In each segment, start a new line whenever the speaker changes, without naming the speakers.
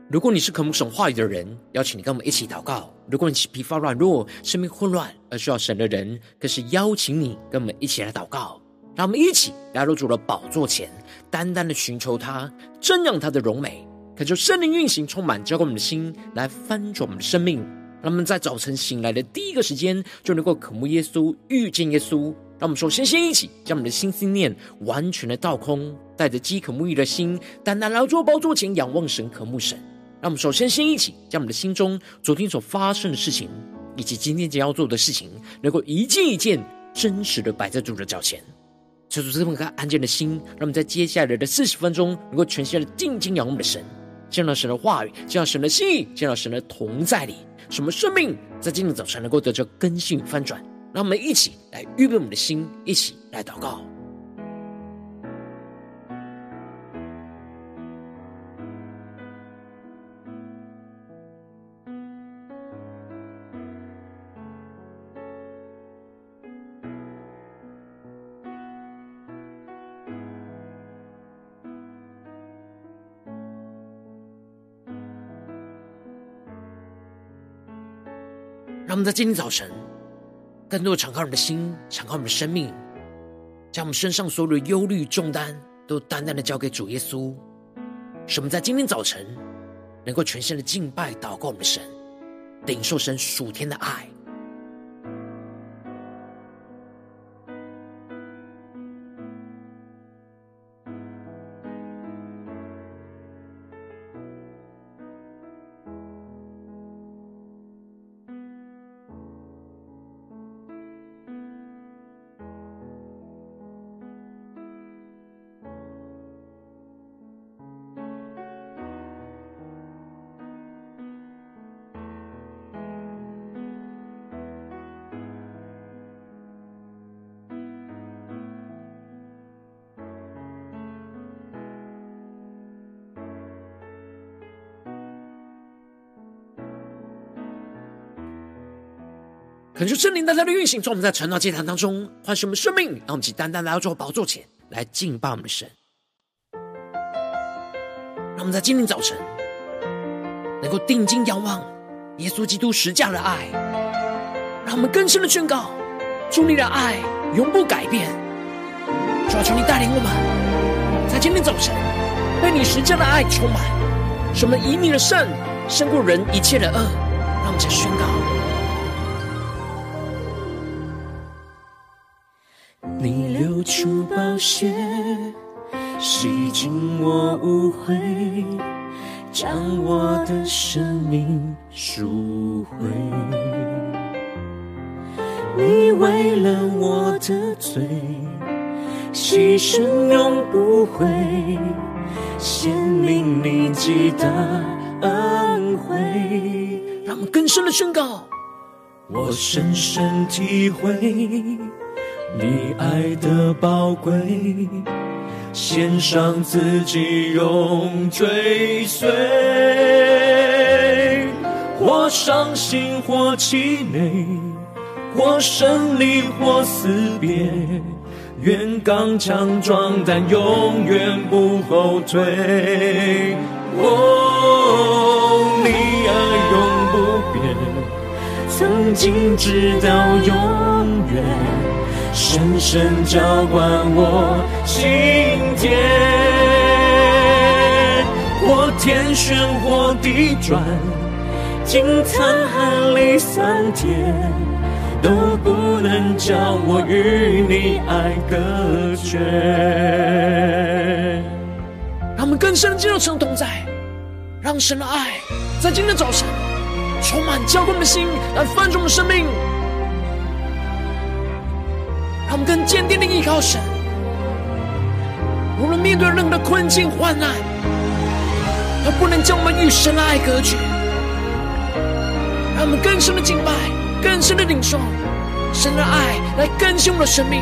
如果你是渴慕神话语的人，邀请你跟我们一起祷告；如果你是疲乏软弱、生命混乱而需要神的人，更是邀请你跟我们一起来祷告。让我们一起来到主的宝座前，单单的寻求他，瞻仰他的荣美，恳求圣灵运行充满，浇灌我们的心，来翻转我们的生命。让我们在早晨醒来的第一个时间，就能够渴慕耶稣，遇见耶稣。让我们首先一起将我们的心思念完全的倒空，带着饥渴沐浴的心，单单来到主的宝座前，仰望神，渴慕神。让我们首先一起将我们的心中昨天所发生的事情，以及今天将要做的事情，能够一件一件真实的摆在主的脚前。求主这么个安静的心，让我们在接下来的40分钟，能够全心的静静仰望我们的神，见到神的话语，见到神的心意，见到神的同在里，什么生命在今天早晨能够得着更新与翻转。让我们一起来预备我们的心，一起来祷告。让我们在今天早晨更多的敞开我们的心，敞开我们的生命，将我们身上所有的忧虑重担都单单的交给主耶稣，使我们在今天早晨能够全心的敬拜祷告我们的神，领受神属天的爱。恳求圣灵单单的运行，从我们在晨祷祭坛当中唤醒我们生命，让我们一起单单来到主的宝座前来敬拜我们的神。让我们在今天早晨能够定睛仰望耶稣基督十架的爱，让我们更深的宣告主你的爱永不改变。主啊，求你带领我们在今天早晨被你十架的爱充满，使我们以你的圣胜过人一切的恶。让我们再宣告，
你流出宝血，洗净我污秽，将我的生命赎回。你为了我的罪，牺牲永不悔，显明你极大恩惠。
让我们更深的宣告，
我深深体会你爱的宝贵，献上自己永追随，或伤心或气馁，或胜利或死别，愿刚强壮胆，永远不后退。你爱永不变，曾经直到永远，深深浇灌我心田。或天旋或地转，经沧海里桑田，都不能将我与你爱隔绝。
让我们更深的进入神的同在，让神的爱在今天的早晨充满浇灌我们的心，来翻转我们的生命。让我们更坚定的依靠神，无论面对任何的困境患难，都不能将我们与神的爱隔绝。让我们更深的敬拜，更深的领受神的爱，来更新我们的生命。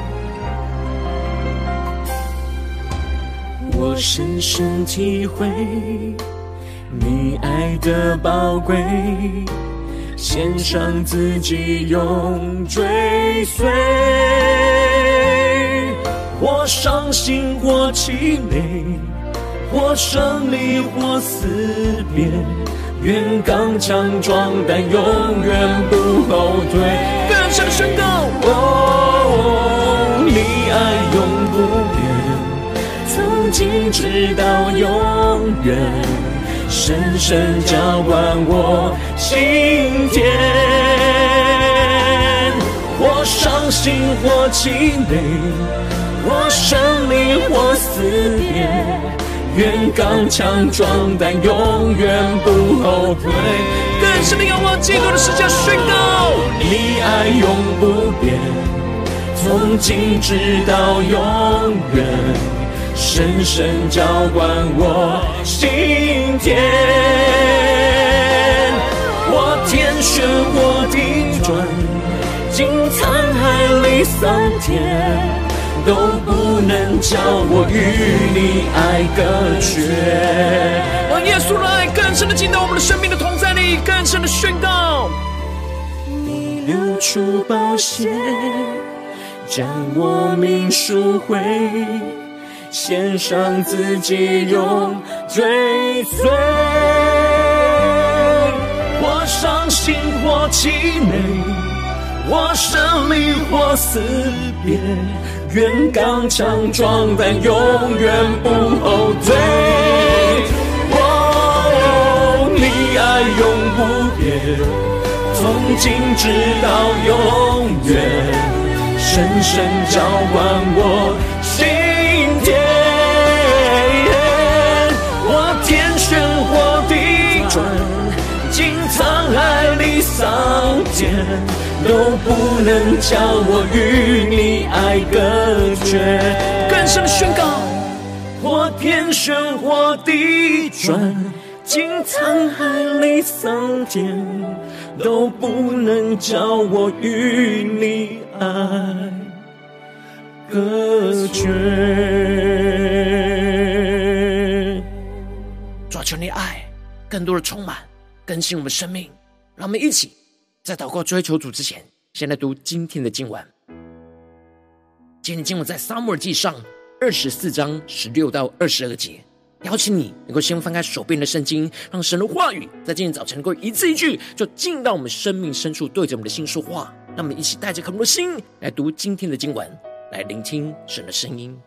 我深深体会你爱的宝贵，献上自己永追随，或伤心或气馁， 或胜利或死别，愿刚强壮胆，永远不后退。
更深的宣告，
哦，你爱永不变，从今直到永远，深深浇灌我心田。或伤心或气馁，或胜利或死别，愿刚强壮胆，永远不后退。
更深的仰望，基督的十架宣告，
你爱永不变，从今直到永远，深深浇灌我心田。我天旋或地转，经沧海里桑田，都不能叫我与你爱隔绝。
让耶稣的爱更深的进到我们的生命的同在里，更深的宣告。
你流出宝血，将我命赎回，献上自己永追随。或伤心或气馁，或胜利或死别，愿刚强壮胆，永远不后退。哦，你爱永不变，从今直到永远，深深浇灌我心田。我天旋或地转，经沧海里桑田，都不能叫我与你爱隔绝。
更深的宣告，
或天旋或地转，经沧海里桑田，都不能叫我与你爱隔绝。
主啊，求你爱更多的充满更新我们生命。让我们一起在祷告追求主之前，先来读今天的经文。今天的经文在撒母耳记上24章16到22节。邀请你能够先翻开手边的圣经，让神的话语在今天早晨能够一字一句就进到我们生命深处，对着我们的心说话。让我们一起带着渴慕的心来读今天的经文，来聆听神的声音。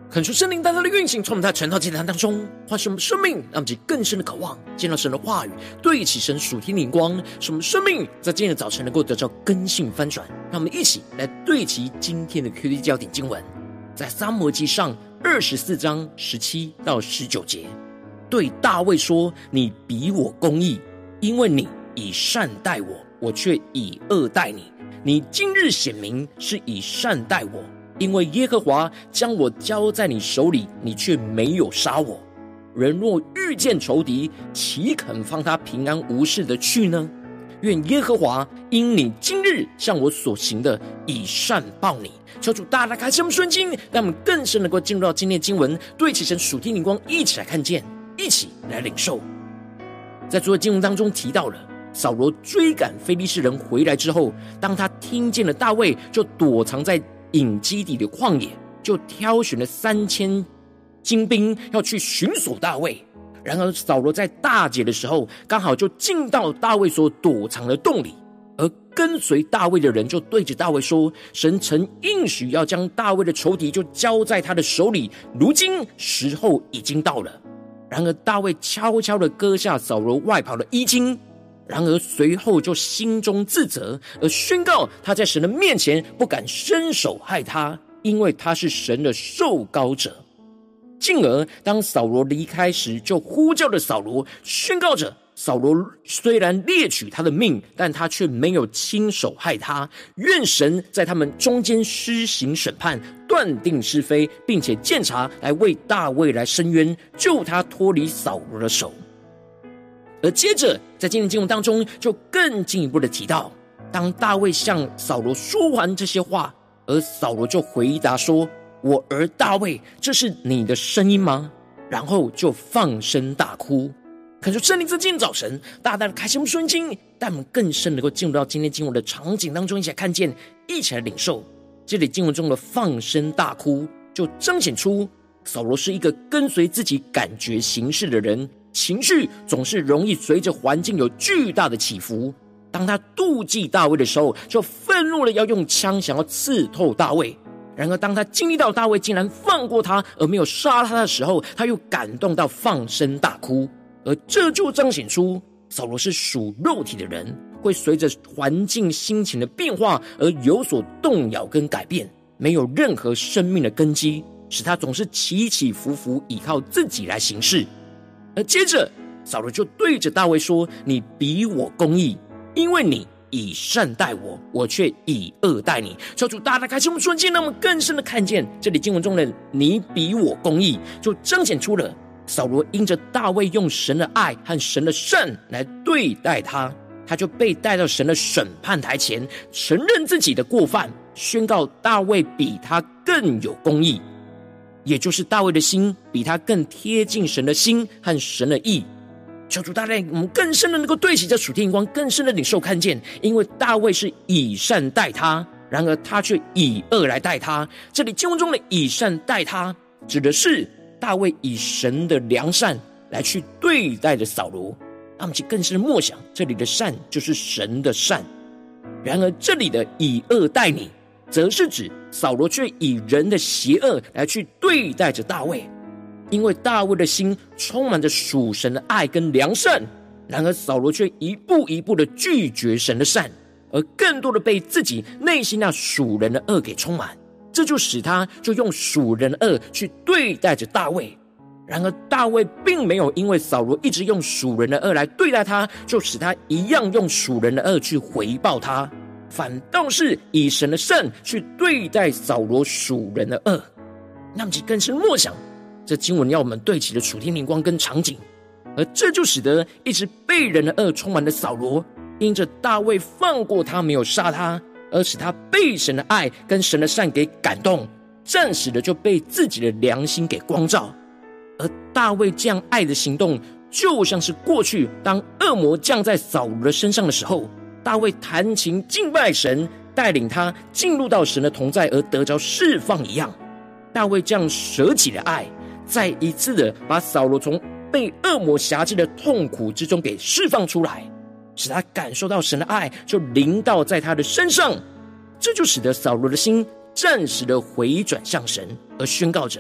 恳求圣灵大大的运行，从我们在晨祷祭坛当中唤醒我们生命，让我们更深的渴望见到神的话语，对齐神属天灵光，使我们生命在今天的早晨能够得到更新翻转。让我们一起来对齐今天的 QD 焦点经文，在撒母耳记上24章17到19节，对大卫说：你比我公义，因为你以善待我，我却以恶待你。你今日显明是以善待我，因为耶和华将我交在你手里，你却没有杀我。人若遇见仇敌，岂肯放他平安无事的去呢？愿耶和华因你今日向我所行的，以善报你。求主大大开启我们顺经，让我们更深能够进入到今天的经文，对齐神属天灵光，一起来看见，一起来领受。在昨日经文当中提到了扫罗追赶非利士人回来之后，当他听见了大卫，就躲藏在隐基底的旷野，就挑选了3000精兵要去寻索大卫。然而扫罗在大捷的时候，刚好就进到大卫所躲藏的洞里，而跟随大卫的人就对着大卫说：神曾应许要将大卫的仇敌就交在他的手里，如今时候已经到了。然而大卫悄悄地割下扫罗外袍的衣襟，然而随后就心中自责，而宣告他在神的面前不敢伸手害他，因为他是神的受膏者。进而当扫罗离开时，就呼叫着扫罗，宣告着扫罗虽然猎取他的命，但他却没有亲手害他。愿神在他们中间施行审判，断定是非，并且鉴察，来为大卫来伸冤，救他脱离扫罗的手。而接着在今天经文当中，就更进一步的提到，当大卫向扫罗说完这些话，而扫罗就回答说：我儿大卫，这是你的声音吗？然后就放声大哭。恳求圣灵在今天早晨大大的开启我们顺经，带我们更深能够进入到今天经文的场景当中，一起来看见，一起来领受。这里经文中的放声大哭，就彰显出扫罗是一个跟随自己感觉行事的人，情绪总是容易随着环境有巨大的起伏。当他妒忌大卫的时候，就愤怒了，要用枪想要刺透大卫。然而当他经历到大卫竟然放过他而没有杀他的时候，他又感动到放声大哭。而这就彰显出扫罗是属肉体的人，会随着环境心情的变化而有所动摇跟改变，没有任何生命的根基，使他总是起起伏伏，依靠自己来行事。而接着扫罗就对着大卫说：你比我公义，因为你以善待我，我却以恶待你。求主大大开启我们瞬间，让我们更深的看见这里经文中的你比我公义，就彰显出了扫罗因着大卫用神的爱和神的善来对待他，他就被带到神的审判台前，承认自己的过犯，宣告大卫比他更有公义，也就是大卫的心比他更贴近神的心和神的意。求主大大我们更深的能够对齐这属天眼光，更深的领受看见，因为大卫是以善待他，然而他却以恶来待他。这里经文中的以善待他，指的是大卫以神的良善来去对待着扫罗。让我们去更深的默想，这里的善就是神的善。然而这里的以恶待你，则是指扫罗却以人的邪恶来去对待着大卫。因为大卫的心充满着属神的爱跟良善，然而扫罗却一步一步的拒绝神的善，而更多的被自己内心那属人的恶给充满，这就使他就用属人的恶去对待着大卫。然而大卫并没有因为扫罗一直用属人的恶来对待他，就使他一样用属人的恶去回报他，反倒是以神的善去对待扫罗属人的恶。那么更是默想这经文要我们对齐的属天灵光跟场景，而这就使得一直被人的恶充满的扫罗，因着大卫放过他没有杀他，而使他被神的爱跟神的善给感动，暂时的就被自己的良心给光照。而大卫这样爱的行动，就像是过去当恶魔降在扫罗的身上的时候，大卫弹琴敬拜神，带领他进入到神的同在而得着释放一样。大卫这样舍己的爱，再一次的把扫罗从被恶魔辖制的痛苦之中给释放出来，使他感受到神的爱就临到在他的身上。这就使得扫罗的心暂时的回转向神，而宣告着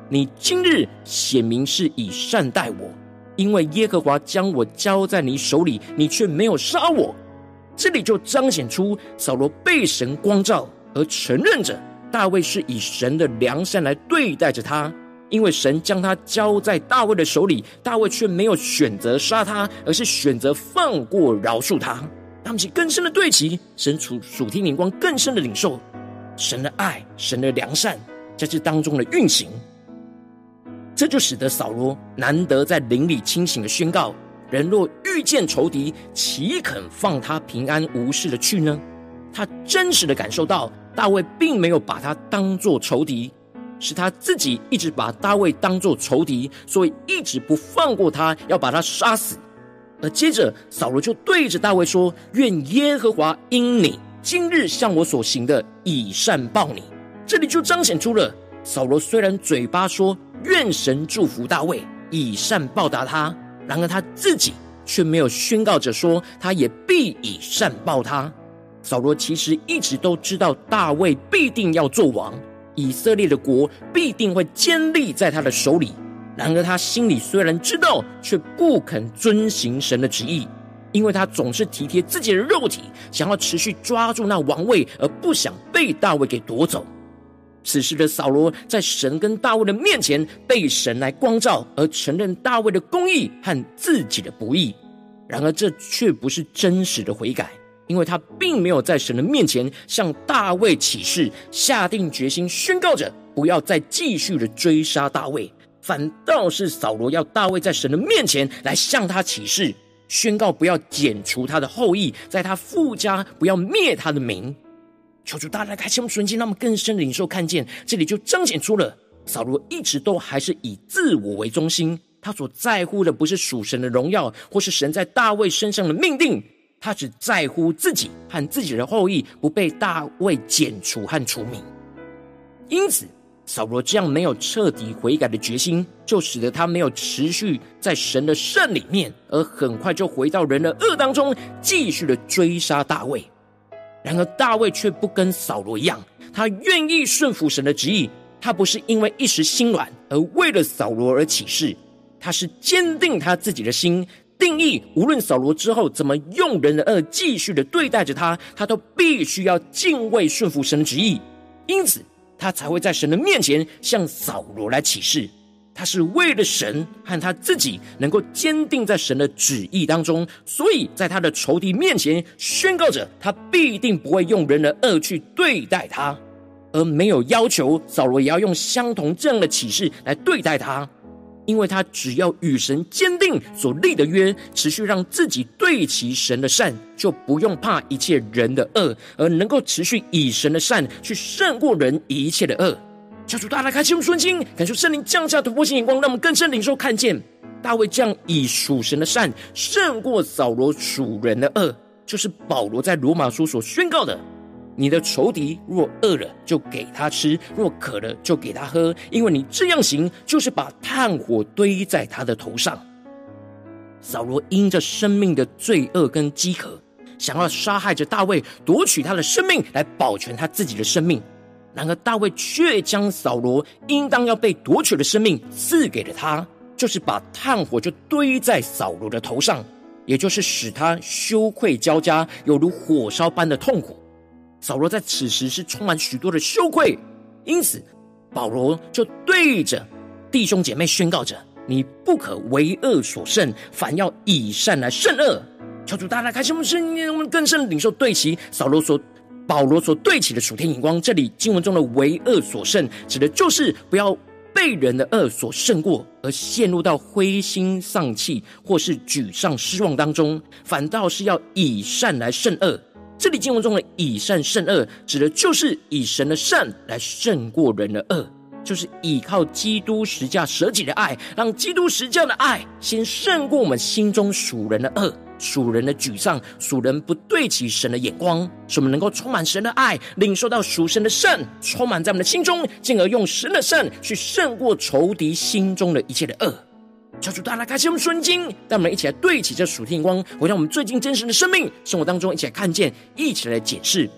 你今日显明是以善待我，因为耶和华将我交在你手里，你却没有杀我。”这里就彰显出扫罗被神光照，而承认着大卫是以神的良善来对待着他。因为神将他交在大卫的手里，大卫却没有选择杀他，而是选择放过饶恕他。他们起更深的对齐，神属天灵光更深的领受神的爱，神的良善在这当中的运行。这就使得扫罗难得在灵里清醒的宣告：人若遇见仇敌，岂肯放他平安无事的去呢？他真实的感受到大卫并没有把他当作仇敌，是他自己一直把大卫当作仇敌，所以一直不放过他，要把他杀死。而接着扫罗就对着大卫说：“愿耶和华因你今日向我所行的以善报你。”这里就彰显出了扫罗虽然嘴巴说愿神祝福大卫，以善报答他，然而他自己却没有宣告着说他也必以善报他。扫罗其实一直都知道大卫必定要做王，以色列的国必定会坚立在他的手里，然而他心里虽然知道，却不肯遵行神的旨意，因为他总是体贴自己的肉体，想要持续抓住那王位，而不想被大卫给夺走。此时的扫罗在神跟大卫的面前被神来光照，而承认大卫的公义和自己的不义。然而这却不是真实的悔改，因为他并没有在神的面前向大卫起誓，下定决心宣告着不要再继续的追杀大卫，反倒是扫罗要大卫在神的面前来向他起誓，宣告不要剪除他的后裔，在他父家不要灭他的名。求主大家来开启我们纯净，让我们更深的领受看见，这里就彰显出了扫罗一直都还是以自我为中心，他所在乎的不是属神的荣耀，或是神在大卫身上的命定，他只在乎自己和自己的后裔不被大卫剪除和除名。因此扫罗这样没有彻底悔改的决心，就使得他没有持续在神的圣里面，而很快就回到人的恶当中，继续的追杀大卫。然而大卫却不跟扫罗一样，他愿意顺服神的旨意，他不是因为一时心软而为了扫罗而起誓，他是坚定他自己的心，定义无论扫罗之后怎么用人的恶继续的对待着他，他都必须要敬畏顺服神的旨意。因此他才会在神的面前向扫罗来起誓，他是为了神和他自己能够坚定在神的旨意当中，所以在他的仇敌面前宣告着他必定不会用人的恶去对待他，而没有要求扫罗也要用相同这样的启示来对待他，因为他只要与神坚定所立的约，持续让自己对齐神的善，就不用怕一切人的恶，而能够持续以神的善去胜过人一切的恶。求主大家来开启我们顺心，感受圣灵降下突破性眼光，让我们更深领受看见大卫这样以属神的善胜过扫罗属人的恶，就是保罗在罗马书所宣告的：你的仇敌若饿了就给他吃，若渴了就给他喝，因为你这样行，就是把炭火堆在他的头上。扫罗因着生命的罪恶跟饥渴，想要杀害着大卫，夺取他的生命来保全他自己的生命。然而大卫却将扫罗应当要被夺取的生命赐给了他，就是把炭火就堆在扫罗的头上，也就是使他羞愧交加，有如火烧般的痛苦。扫罗在此时是充满许多的羞愧，因此保罗就对着弟兄姐妹宣告着：你不可为恶所胜，反要以善来胜恶。求主大家来开启我们声音，我们更深的领受对齐保罗所对齐的属天眼光。这里经文中的为恶所胜，指的就是不要被人的恶所胜过，而陷入到灰心丧气或是沮丧失望当中，反倒是要以善来胜恶。这里经文中的以善胜恶，指的就是以神的善来胜过人的恶，就是依靠基督十架舍己的爱，让基督十架的爱先胜过我们心中属人的恶，属人的沮丧，属人不对齐神的眼光，使我们能够充满神的爱，领受到属神的善充满在我们的心中，进而用神的善去胜过仇敌心中的一切的恶。求主大家来开启我们顺经，让我们一起来对齐这属天光，回到我们最近真实的生命生活当中，一起来看见，一起来解释。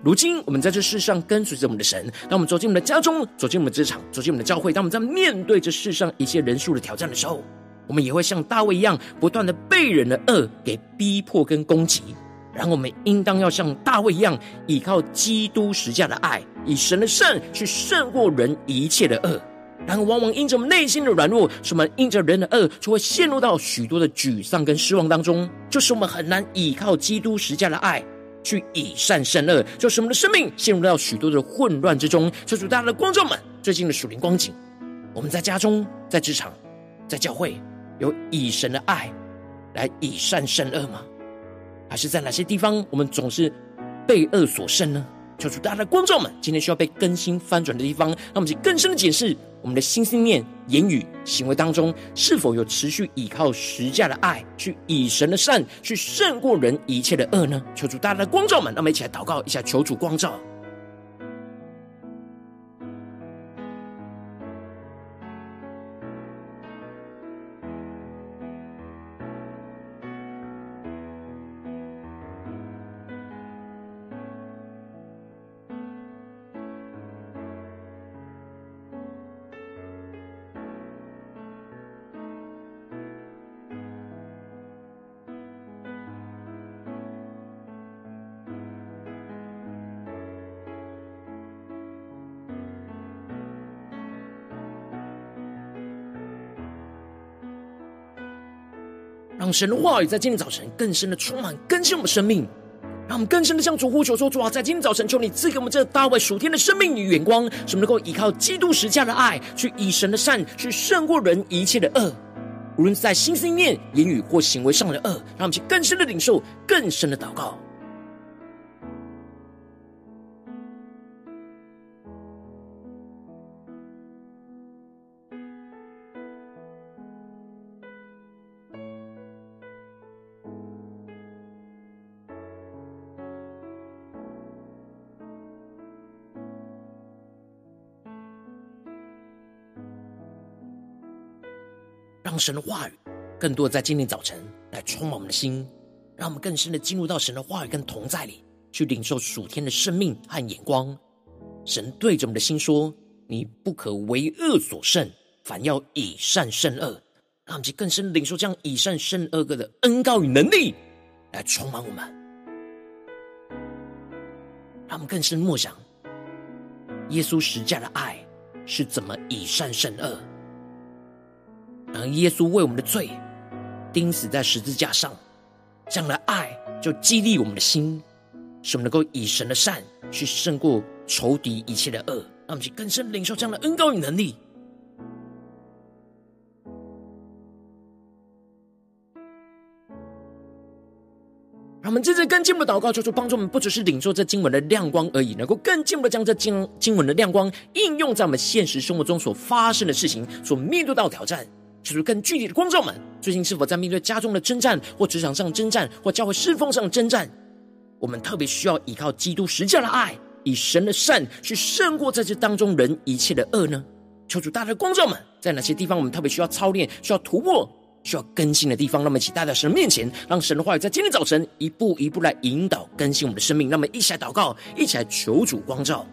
如今我们在这世上跟随着我们的神，当我们走进我们的家中，走进我们的职场，走进我们的教会，当我们在面对这世上一切人数的挑战的时候，我们也会像大卫一样，不断的被人的恶给逼迫跟攻击。然后我们应当要像大卫一样，依靠基督十架的爱，以神的善去胜过人一切的恶。然而往往因着我们内心的软弱，使我们因着人的恶，就会陷入到许多的沮丧跟失望当中，就是我们很难依靠基督十架的爱去以善胜恶，就使我们的生命陷入到许多的混乱之中。求主大家的观众们，最近的属灵光景，我们在家中、在职场、在教会，有以神的爱来以善胜恶吗？还是在哪些地方我们总是被恶所胜呢？求主大家的观众们，今天需要被更新翻转的地方，让我们去更深的检视我们的心思念、言语、行为当中，是否有持续依靠十架的爱，去以神的善去胜过人一切的恶呢？求主大家的观众们，让我们一起来祷告一下，求主光照。让神的话语在今天早晨更深的充满更新我们的生命，让我们更深的向主呼求说，主啊，在今天早晨求你赐给我们这大卫属天的生命与眼光，使我们能够依靠基督十架的爱，去以神的善去胜过人一切的恶，无论是在心思念、言语或行为上的恶，让我们去更深的领受，更深的祷告。让神的话语更多在今天早晨来充满我们的心，让我们更深的进入到神的话语跟同在里，去领受属天的生命和眼光。神对着我们的心说，你不可为恶所胜，反要以善胜恶。让我们去更深的领受这样以善胜恶的恩膏与能力来充满我们，让我们更深默想耶稣十架的爱是怎么以善胜恶。然而耶稣为我们的罪钉死在十字架上，这样的爱就激励我们的心，使我们能够以神的善去胜过仇敌一切的恶。让我们去更深领受这样的恩膏与能力。让我们接着更进一步的祷告，求主帮助我们不只是领受这经文的亮光而已，能够更进一步的将这经文的亮光应用在我们现实生活中所发生的事情，所面对到的挑战。求主更具体的光照们，最近是否在面对家中的征战，或职场上的征战，或教会侍奉上的征战，我们特别需要依靠基督十架的爱，以神的善去胜过在这当中人一切的恶呢？求主大家的光照们，在哪些地方我们特别需要操练，需要突破，需要更新的地方，让我们一起带到神的面前，让神的话语在今天早晨一步一步来引导更新我们的生命。让我们一起来祷告，一起来求主光照。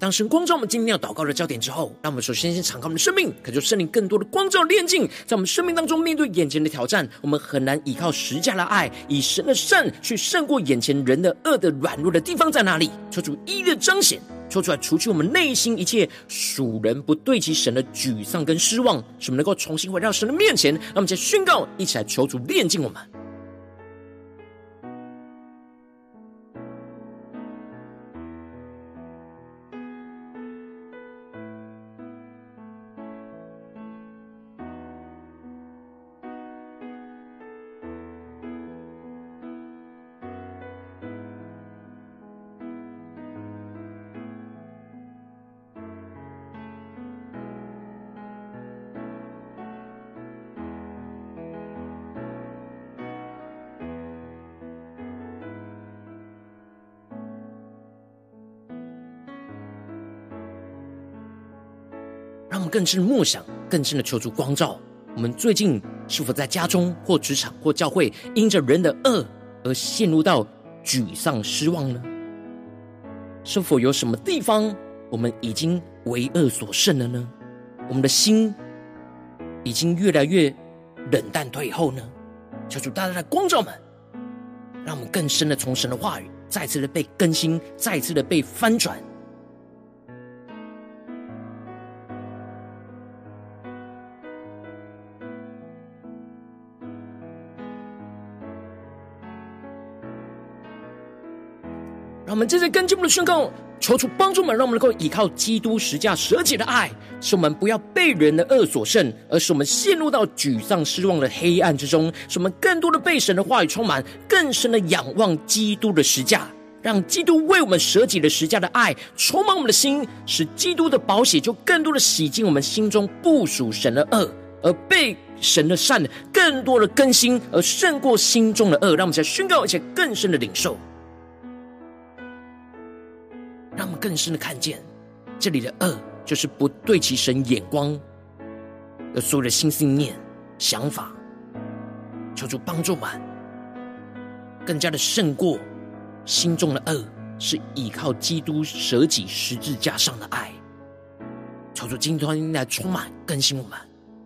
当神光照我们今天要祷告的焦点之后，让我们首先敞开我们的生命，恳求圣灵更多的光照炼净，在我们生命当中面对眼前的挑战，我们很难依靠十字架的爱，以神的善去胜过眼前人的恶的软弱的地方在哪里？求主一一的彰显，求出来除去我们内心一切属人不对齐神的沮丧跟失望，使我们能够重新回到神的面前。让我们再宣告，一起来求主炼净我们。让我们更深的默想，更深的求主光照。我们最近是否在家中或职场或教会，因着人的恶而陷入到沮丧失望呢？是否有什么地方我们已经为恶所胜了呢？我们的心已经越来越冷淡退后呢？求主大大的光照们，让我们更深的从神的话语再次的被更新，再次的被翻转。让我们接着跟进我们的宣告，求主帮助我们，让我们能够依靠基督十架舍己的爱，使我们不要被人的恶所胜，而使我们陷入到沮丧失望的黑暗之中，使我们更多的被神的话语充满，更深的仰望基督的十架，让基督为我们舍己的十架的爱充满我们的心，使基督的宝血就更多的洗净我们心中不属神的恶，而被神的善更多的更新，而胜过心中的恶。让我们再宣告，而且更深的领受，让我们更深的看见，这里的恶就是不对齐神眼光的所有的心思念想法。求主帮助我们更加的胜过心中的恶，是依靠基督舍己十字架上的爱。求主今天来充满更新我们。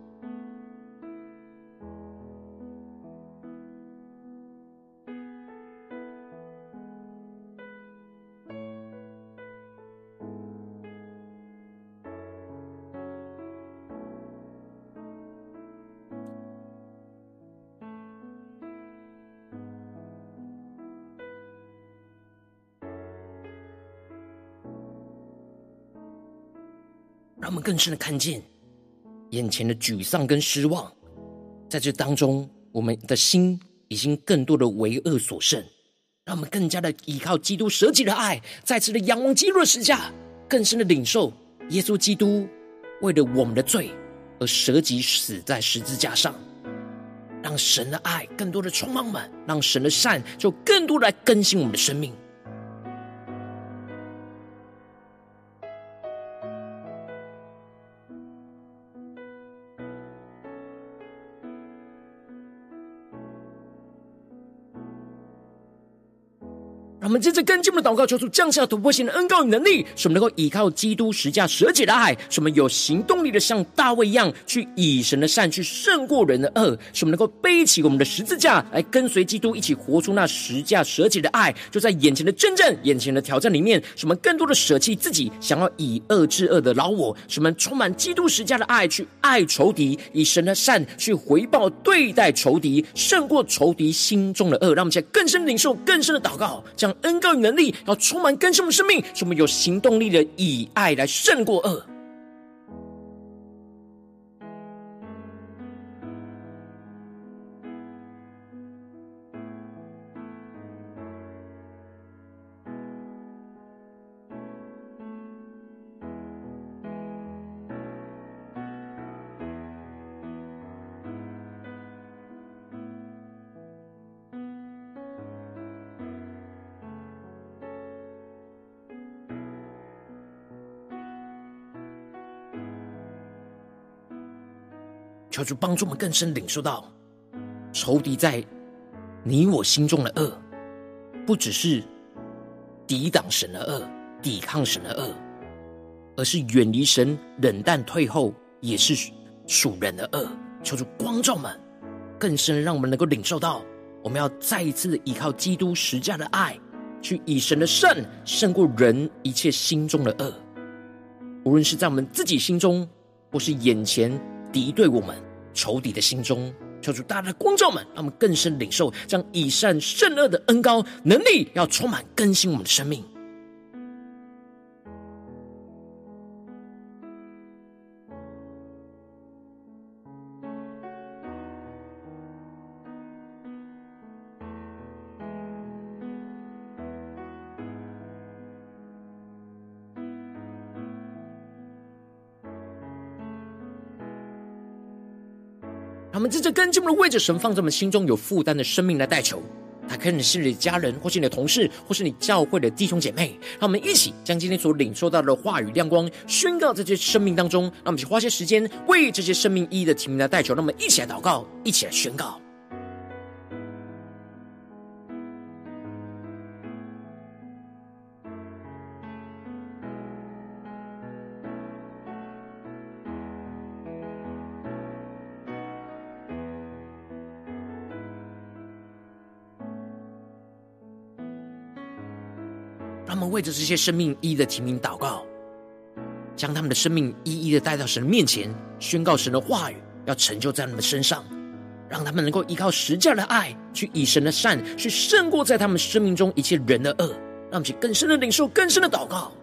让我们更深的看见眼前的沮丧跟失望，在这当中我们的心已经更多的为恶所胜，让我们更加的依靠基督舍己的爱，再次的仰望基督的十字架，更深的领受耶稣基督为了我们的罪而舍己死在十字架上，让神的爱更多的充满我们，让神的善就更多的来更新我们的生命。让我们接着跟进我们的祷告，求主降下突破性的恩膏与能力，使我们能够依靠基督十架舍己的爱，使我们有行动力的像大卫一样，去以神的善去胜过人的恶，使我们能够背起我们的十字架，来跟随基督一起活出那十架舍己的爱。就在眼前的征战、眼前的挑战里面，使我们更多的舍弃自己想要以恶制恶的老我，使我们充满基督十架的爱，去爱仇敌，以神的善去回报对待仇敌，胜过仇敌心中的恶。让我们现在更深领受更深的祷告，将恩膏与能力要充满更新我们的生命，使我们有行动力的以爱来胜过恶。求主帮助我们更深领受到仇敌在你我心中的恶，不只是抵挡神的恶、抵抗神的恶， 而是远离神、冷淡退后，也是属人的恶。求主光照们，更深让我们能够领受到，我们要再一次的依靠基督十架的爱，去以神的善胜过人一切心中的恶。无论是在我们自己心中，或是眼前敌对我们仇敌的心中，求主大大的光照们，让我们更深领受这样以善胜恶的恩膏能力，要充满更新我们的生命。让我们在这更进一步的为着神放在我们心中有负担的生命来代求。他可能是你的家人，或是你的同事，或是你教会的弟兄姐妹。让我们一起将今天所领受到的话语亮光宣告在这些生命当中。让我们一起花些时间为这些生命意义的提名来代求。让我们一起来祷告，一起来宣告。让我们为着这些生命一一的提名祷告，将他们的生命一一的带到神的面前，宣告神的话语要成就在他们身上，让他们能够依靠十架的爱，去以神的善去胜过在他们生命中一切人的恶。让我们去更深的领受，更深的祷告。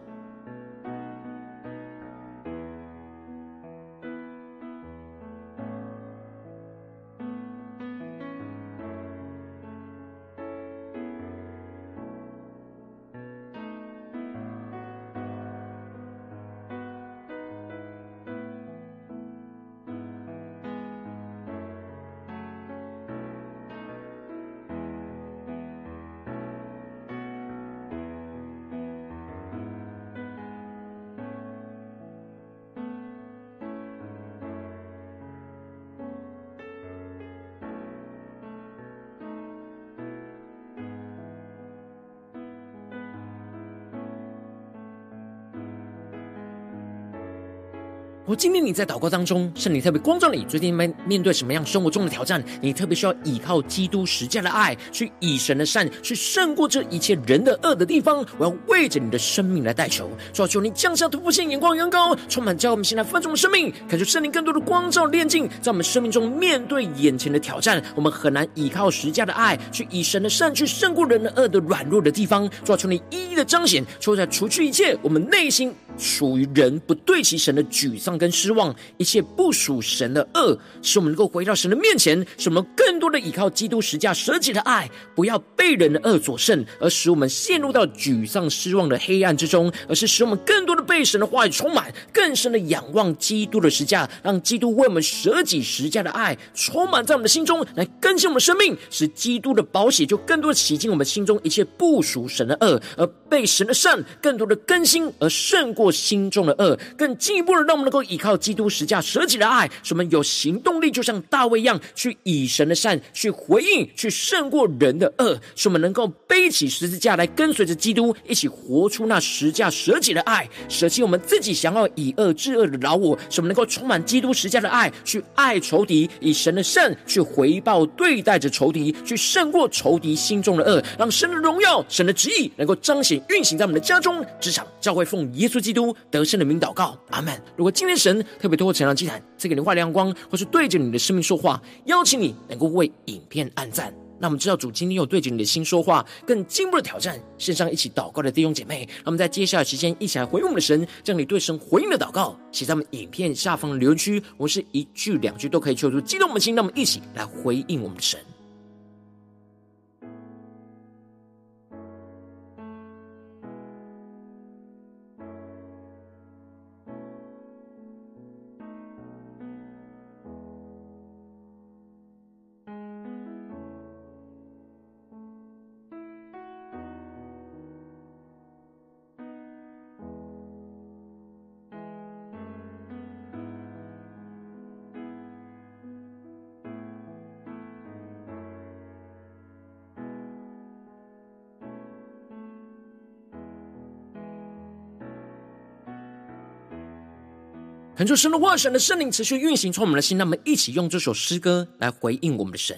今天你在祷告当中，圣灵特别光照你，最近面对什么样生活中的挑战，你特别需要依靠基督十架的爱，去以神的善去胜过这一切人的恶的地方。我要为着你的生命来代求，主要求你降下突破性眼光远高，充满教我们现在分众的生命，恳求圣灵更多的光照炼净，在我们生命中面对眼前的挑战，我们很难依靠十架的爱去以神的善去胜过人的恶的软弱的地方。主要求你一一的彰显，求在除去一切我们内心属于人不对齐神的沮丧跟失望，一切不属神的恶，使我们能够回到神的面前，使我们更多的依靠基督十架舍己的爱，不要被人的恶所胜，而使我们陷入到沮丧失望的黑暗之中，而是使我们更多的被神的话语充满，更深的仰望基督的十架，让基督为我们舍己十架的爱充满在我们的心中，来更新我们的生命，使基督的宝血就更多的洗净我们心中一切不属神的恶，而被神的善更多的更新，而胜过心中的恶，更进一步的让我们能够依靠基督十架舍己的爱，使我们有行动力，就像大卫一样，去以神的善去回应，去胜过人的恶，使我们能够背起十字架来跟随着基督，一起活出那十架舍己的爱，舍弃我们自己想要以恶制恶的老我，使我们能够充满基督十架的爱，去爱仇敌，以神的善去回报对待着仇敌，去胜过仇敌心中的恶，让神的荣耀、神的旨意能够彰显运行在我们的家中、职场、教会，奉耶稣基督得胜的名祷告，阿们。如果今天神特别透过成长祭坛赐给你话亮光，或是对着你的生命说话，邀请你能够为影片按赞。那我们知道主今天有对着你的心说话，更进一步的挑战线上一起祷告的弟兄姐妹，让我们在接下来的时间一起来回应我们的神，将你对神回应的祷告写在我们影片下方的留言区，我们是一句两句都可以求出激动我们的心，让我们一起来回应我们的神。 恳求神的话，神的圣灵持续运行从我们的心，让我们一起用这首诗歌来回应我们的神，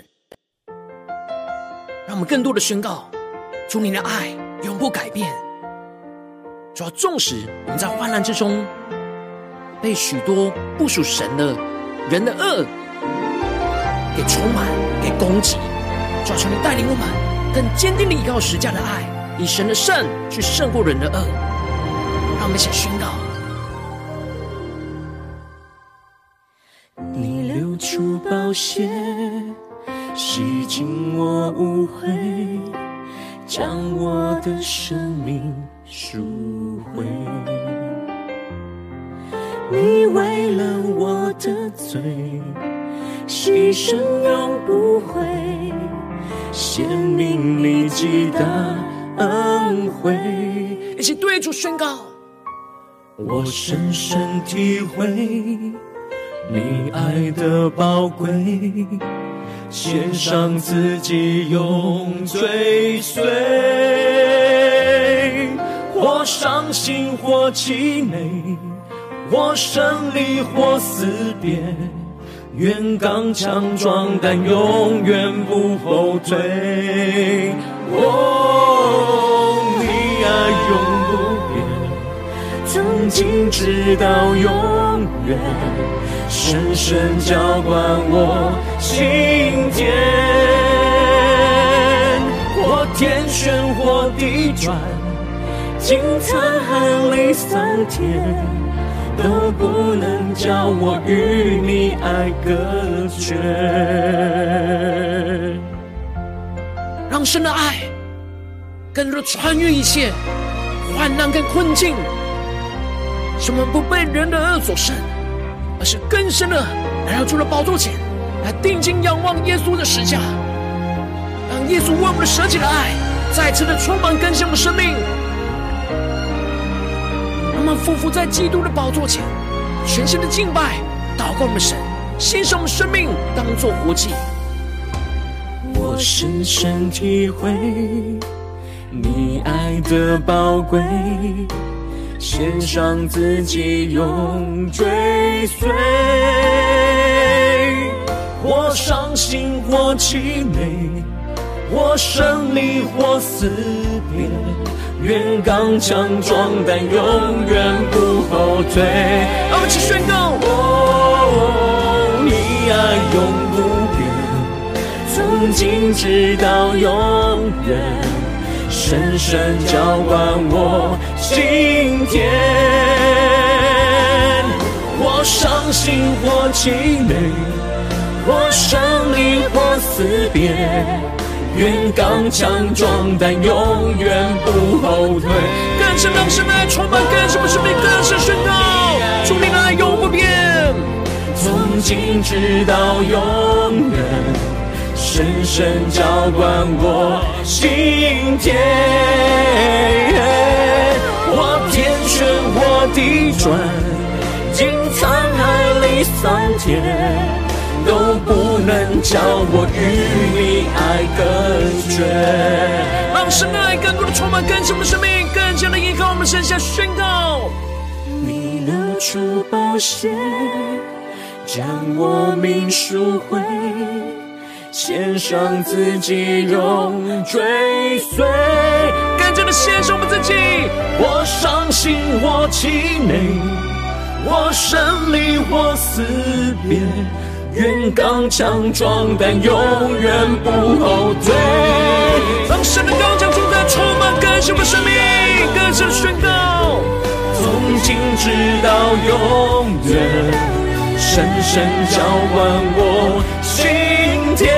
让我们更多的宣告主你的爱永不改变。主要纵使我们在患难之中被许多不属神的人的恶给充满给攻击，主要求你带领我们更坚定的依靠十架的爱，以神的圣去胜过人的恶。让我们一起宣告，
你流出宝血，洗净我污秽，将我的生命赎回。你为了我的罪，牺牲永不悔，显明你极大恩惠。
一起对主宣告，
我深深体会你爱的宝贵，献上自己永追随，或伤心或气馁，或胜利或死别，愿刚强壮胆，永远不后退。哦，你爱永不变，从今直到永远，深深浇灌我心田。或天旋或地转，经沧海里桑田，都不能叫我与你爱隔绝。
让神的爱更多穿越一切患难跟困境，使我们不被人的恶所胜，而是更深的来到主的宝座前，来定睛仰望耶稣的十架，让耶稣为我们舍己的爱再次的充满更新我们生命。让我们匍匐在基督的宝座前，全心的敬拜祷告我们神，献上我们生命当作活祭。
我深深体会你爱的宝贵，献上自己永追随，或伤心或气馁，或胜利或死别，愿刚强壮胆，永远不后退。
让我们一起宣告，
哦，你爱永不变，从今直到永远，深深浇灌我心田。或伤心或气馁，或胜利或死别，愿刚强壮胆，永远不后退。
更深让神的爱充满更深的生命，更深宣告主你的爱永不变，
从今直到永远，深深浇灌我心田。或天旋或地转，经沧海里桑田，都不能叫我与你爱隔绝。
让神的爱更多的充满更深的生命，更加的依靠我们剩下宣告，
你流出宝血，将我命赎回，献上自己永追随。
更加的献上我们自己，
或伤心或气馁，或胜利或死别，愿刚强壮胆，永远不后退。
让神的刚强壮胆充满更深的生命，更深的宣告，
从今直到永远，深深浇灌我心田。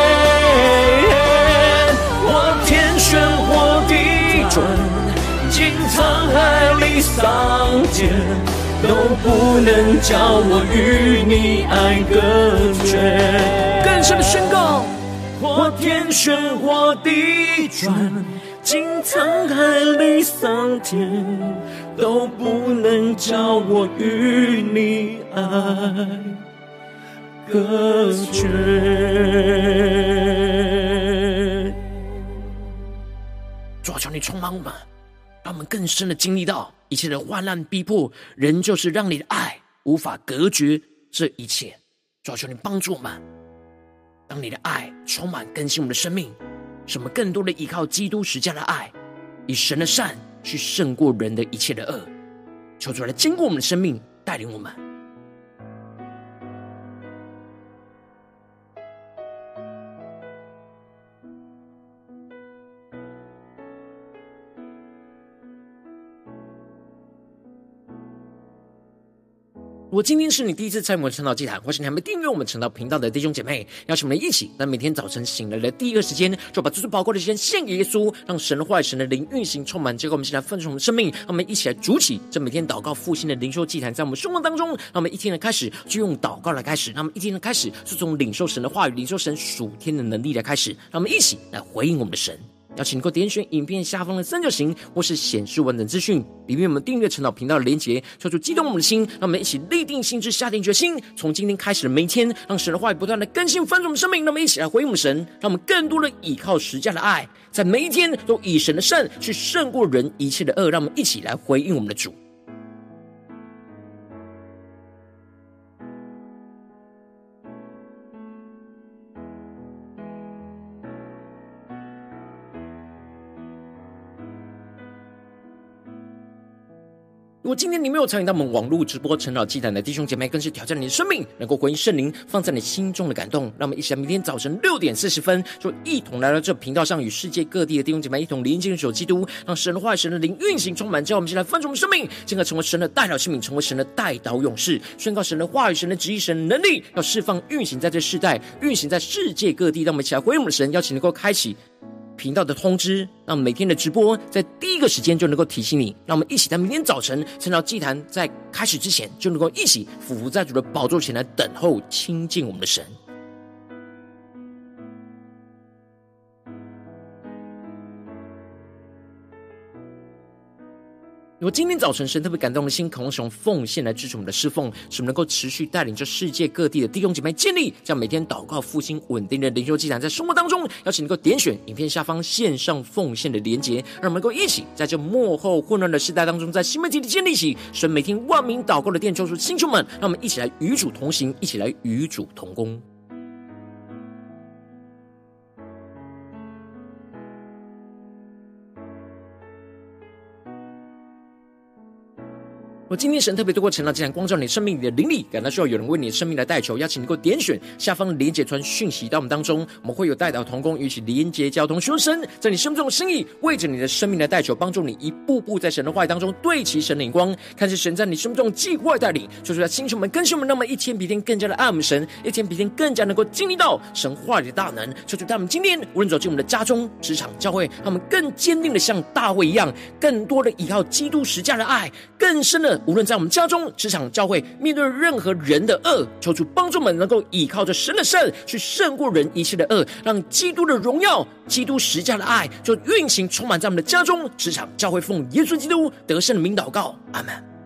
或天旋或地转，经沧海里桑田，都不能叫我与你爱隔绝。
更深的宣告，
或天旋或地转，经沧海里桑田，都不能叫我与你爱隔绝。
主啊，求你充满我们，让我们更深的经历到一切的患难逼迫，仍旧是让你的爱无法隔绝这一切。主啊，求你帮助我们，当你的爱充满更新我们的生命，使我们更多的依靠基督十架的爱，以神的善去胜过人的一切的恶。求主来经过我们的生命，带领我们。如果今天是你第一次参与我们晨祷祭坛，或是你还没订阅我们晨祷频道的弟兄姐妹，邀请我们一起在每天早晨醒来的第一个时间，就把最宝贵的时间献给耶稣，让神的话语、神的灵运行充满。结果我们一起来分盛我们的生命，让我们一起来主起这每天祷告复兴的灵修祭坛，在我们生活当中，让我们一天的开始就用祷告来开始，让我们一天的开始是从领受神的话语、领受神属天的能力来开始，让我们一起来回应我们的神。邀请你点选影片下方的三角形，或是显示完整资讯里面我们订阅晨祷频道的连结，求主激动我们的心，让我们一起立定心志，下定决心，从今天开始的每一天，让神的话语不断的更新翻转我们生命。让我们一起来回应我们神，让我们更多的倚靠十架的爱，在每一天都以神的善去胜过人一切的恶。让我们一起来回应我们的主。如果今天你没有参与到我们网络直播晨祷祭坛的弟兄姐妹，更是挑战你的生命，能够回应圣灵放在你心中的感动。让我们一起来明天早晨6:40，就一同来到这频道上，与世界各地的弟兄姐妹一同连接主基督，让神的话语、神的灵运行充满。叫我们一起来翻转我们生命，进而成为神的代表器皿，成为神的代祷勇士，宣告神的话语、神的旨意、神的能力，要释放运行在这世代，运行在世界各地。让我们一起来回应我们的神，邀请能够开启频道的通知，让每天的直播在第一个时间就能够提醒你。让我们一起在明天早晨晨祷祭坛在开始之前，就能够一起俯伏在主的宝座前来等候亲近我们的神。如果今天早晨神特别感动的心，渴望使用奉献来支持我们的侍奉，使我们能够持续带领着世界各地的弟兄姐妹建立这样每天祷告复兴稳定的灵修祭坛，在生活当中，邀请能够点选影片下方线上奉献的连结，让我们能够一起在这末后混乱的时代当中，在新媒体里建立起神每天万名祷告的殿，救出弟兄们，让我们一起来与主同行，一起来与主同工。我今天神特别透过晨祷祭坛光照你生命里的灵力，感到需要有人为你的生命来代求，邀请你能够点选下方的连结传讯息到我们当中，我们会有代祷同工与其连结交通，求神在你生命中的心意，为着你的生命来代求，帮助你一步步在神的话语当中对齐神的眼光，看见神在你生命中的计划带领，说出来星球们更新我们，那么一天比一天更加的爱我们神，一天比一天更加能够经历到神话语的大能。求主在我们今天无论走进我们的家中、职场、教会，让我们更坚定的像大卫一样，更多的依靠基督十架的爱，更深的无论在我们家中、职场、教会，面对任何人的恶，求主帮助我们能够依靠着神的善去胜过人一切的恶，让基督的荣耀、基督十架的爱就运行充满在我们的家中、职场、教会，奉耶稣基督得胜的名祷告，阿们。